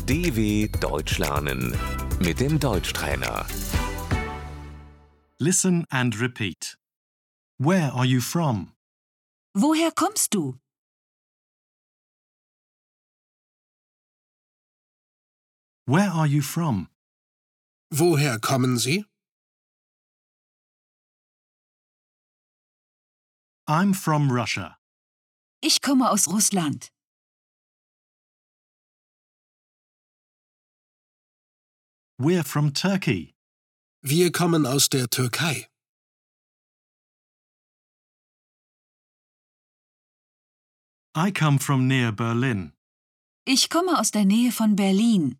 DW Deutsch lernen mit dem Deutschtrainer. Listen and repeat. Where are you from? Woher kommst du? Where are you from? Woher kommen Sie? I'm from Russia. Ich komme aus Russland. We're from Turkey. Wir kommen aus der Türkei. I come from near Berlin. Ich komme aus der Nähe von Berlin.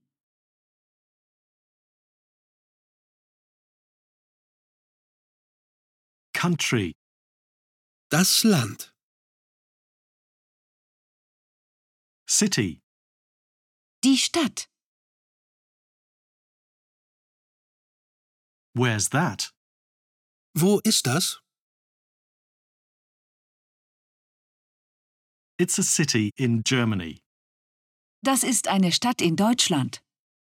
Country. Das Land. City. Die Stadt. Where's that? Wo ist das? It's a city in Germany. Das ist eine Stadt in Deutschland.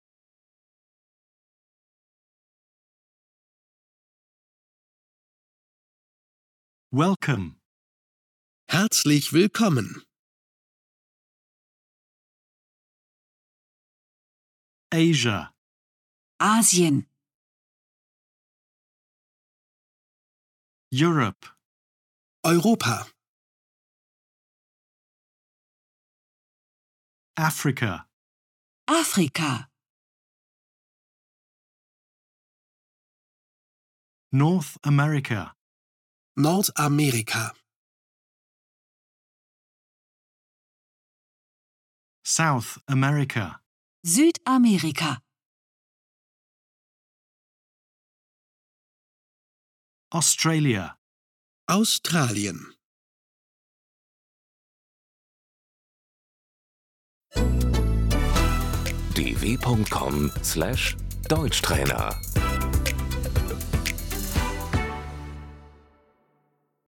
Welcome. Herzlich willkommen. Asia. Asien. Europe. Europa. Africa. Afrika. North America. Nordamerika. South America. Südamerika. Australia. Australien. dw.com/Deutschtrainer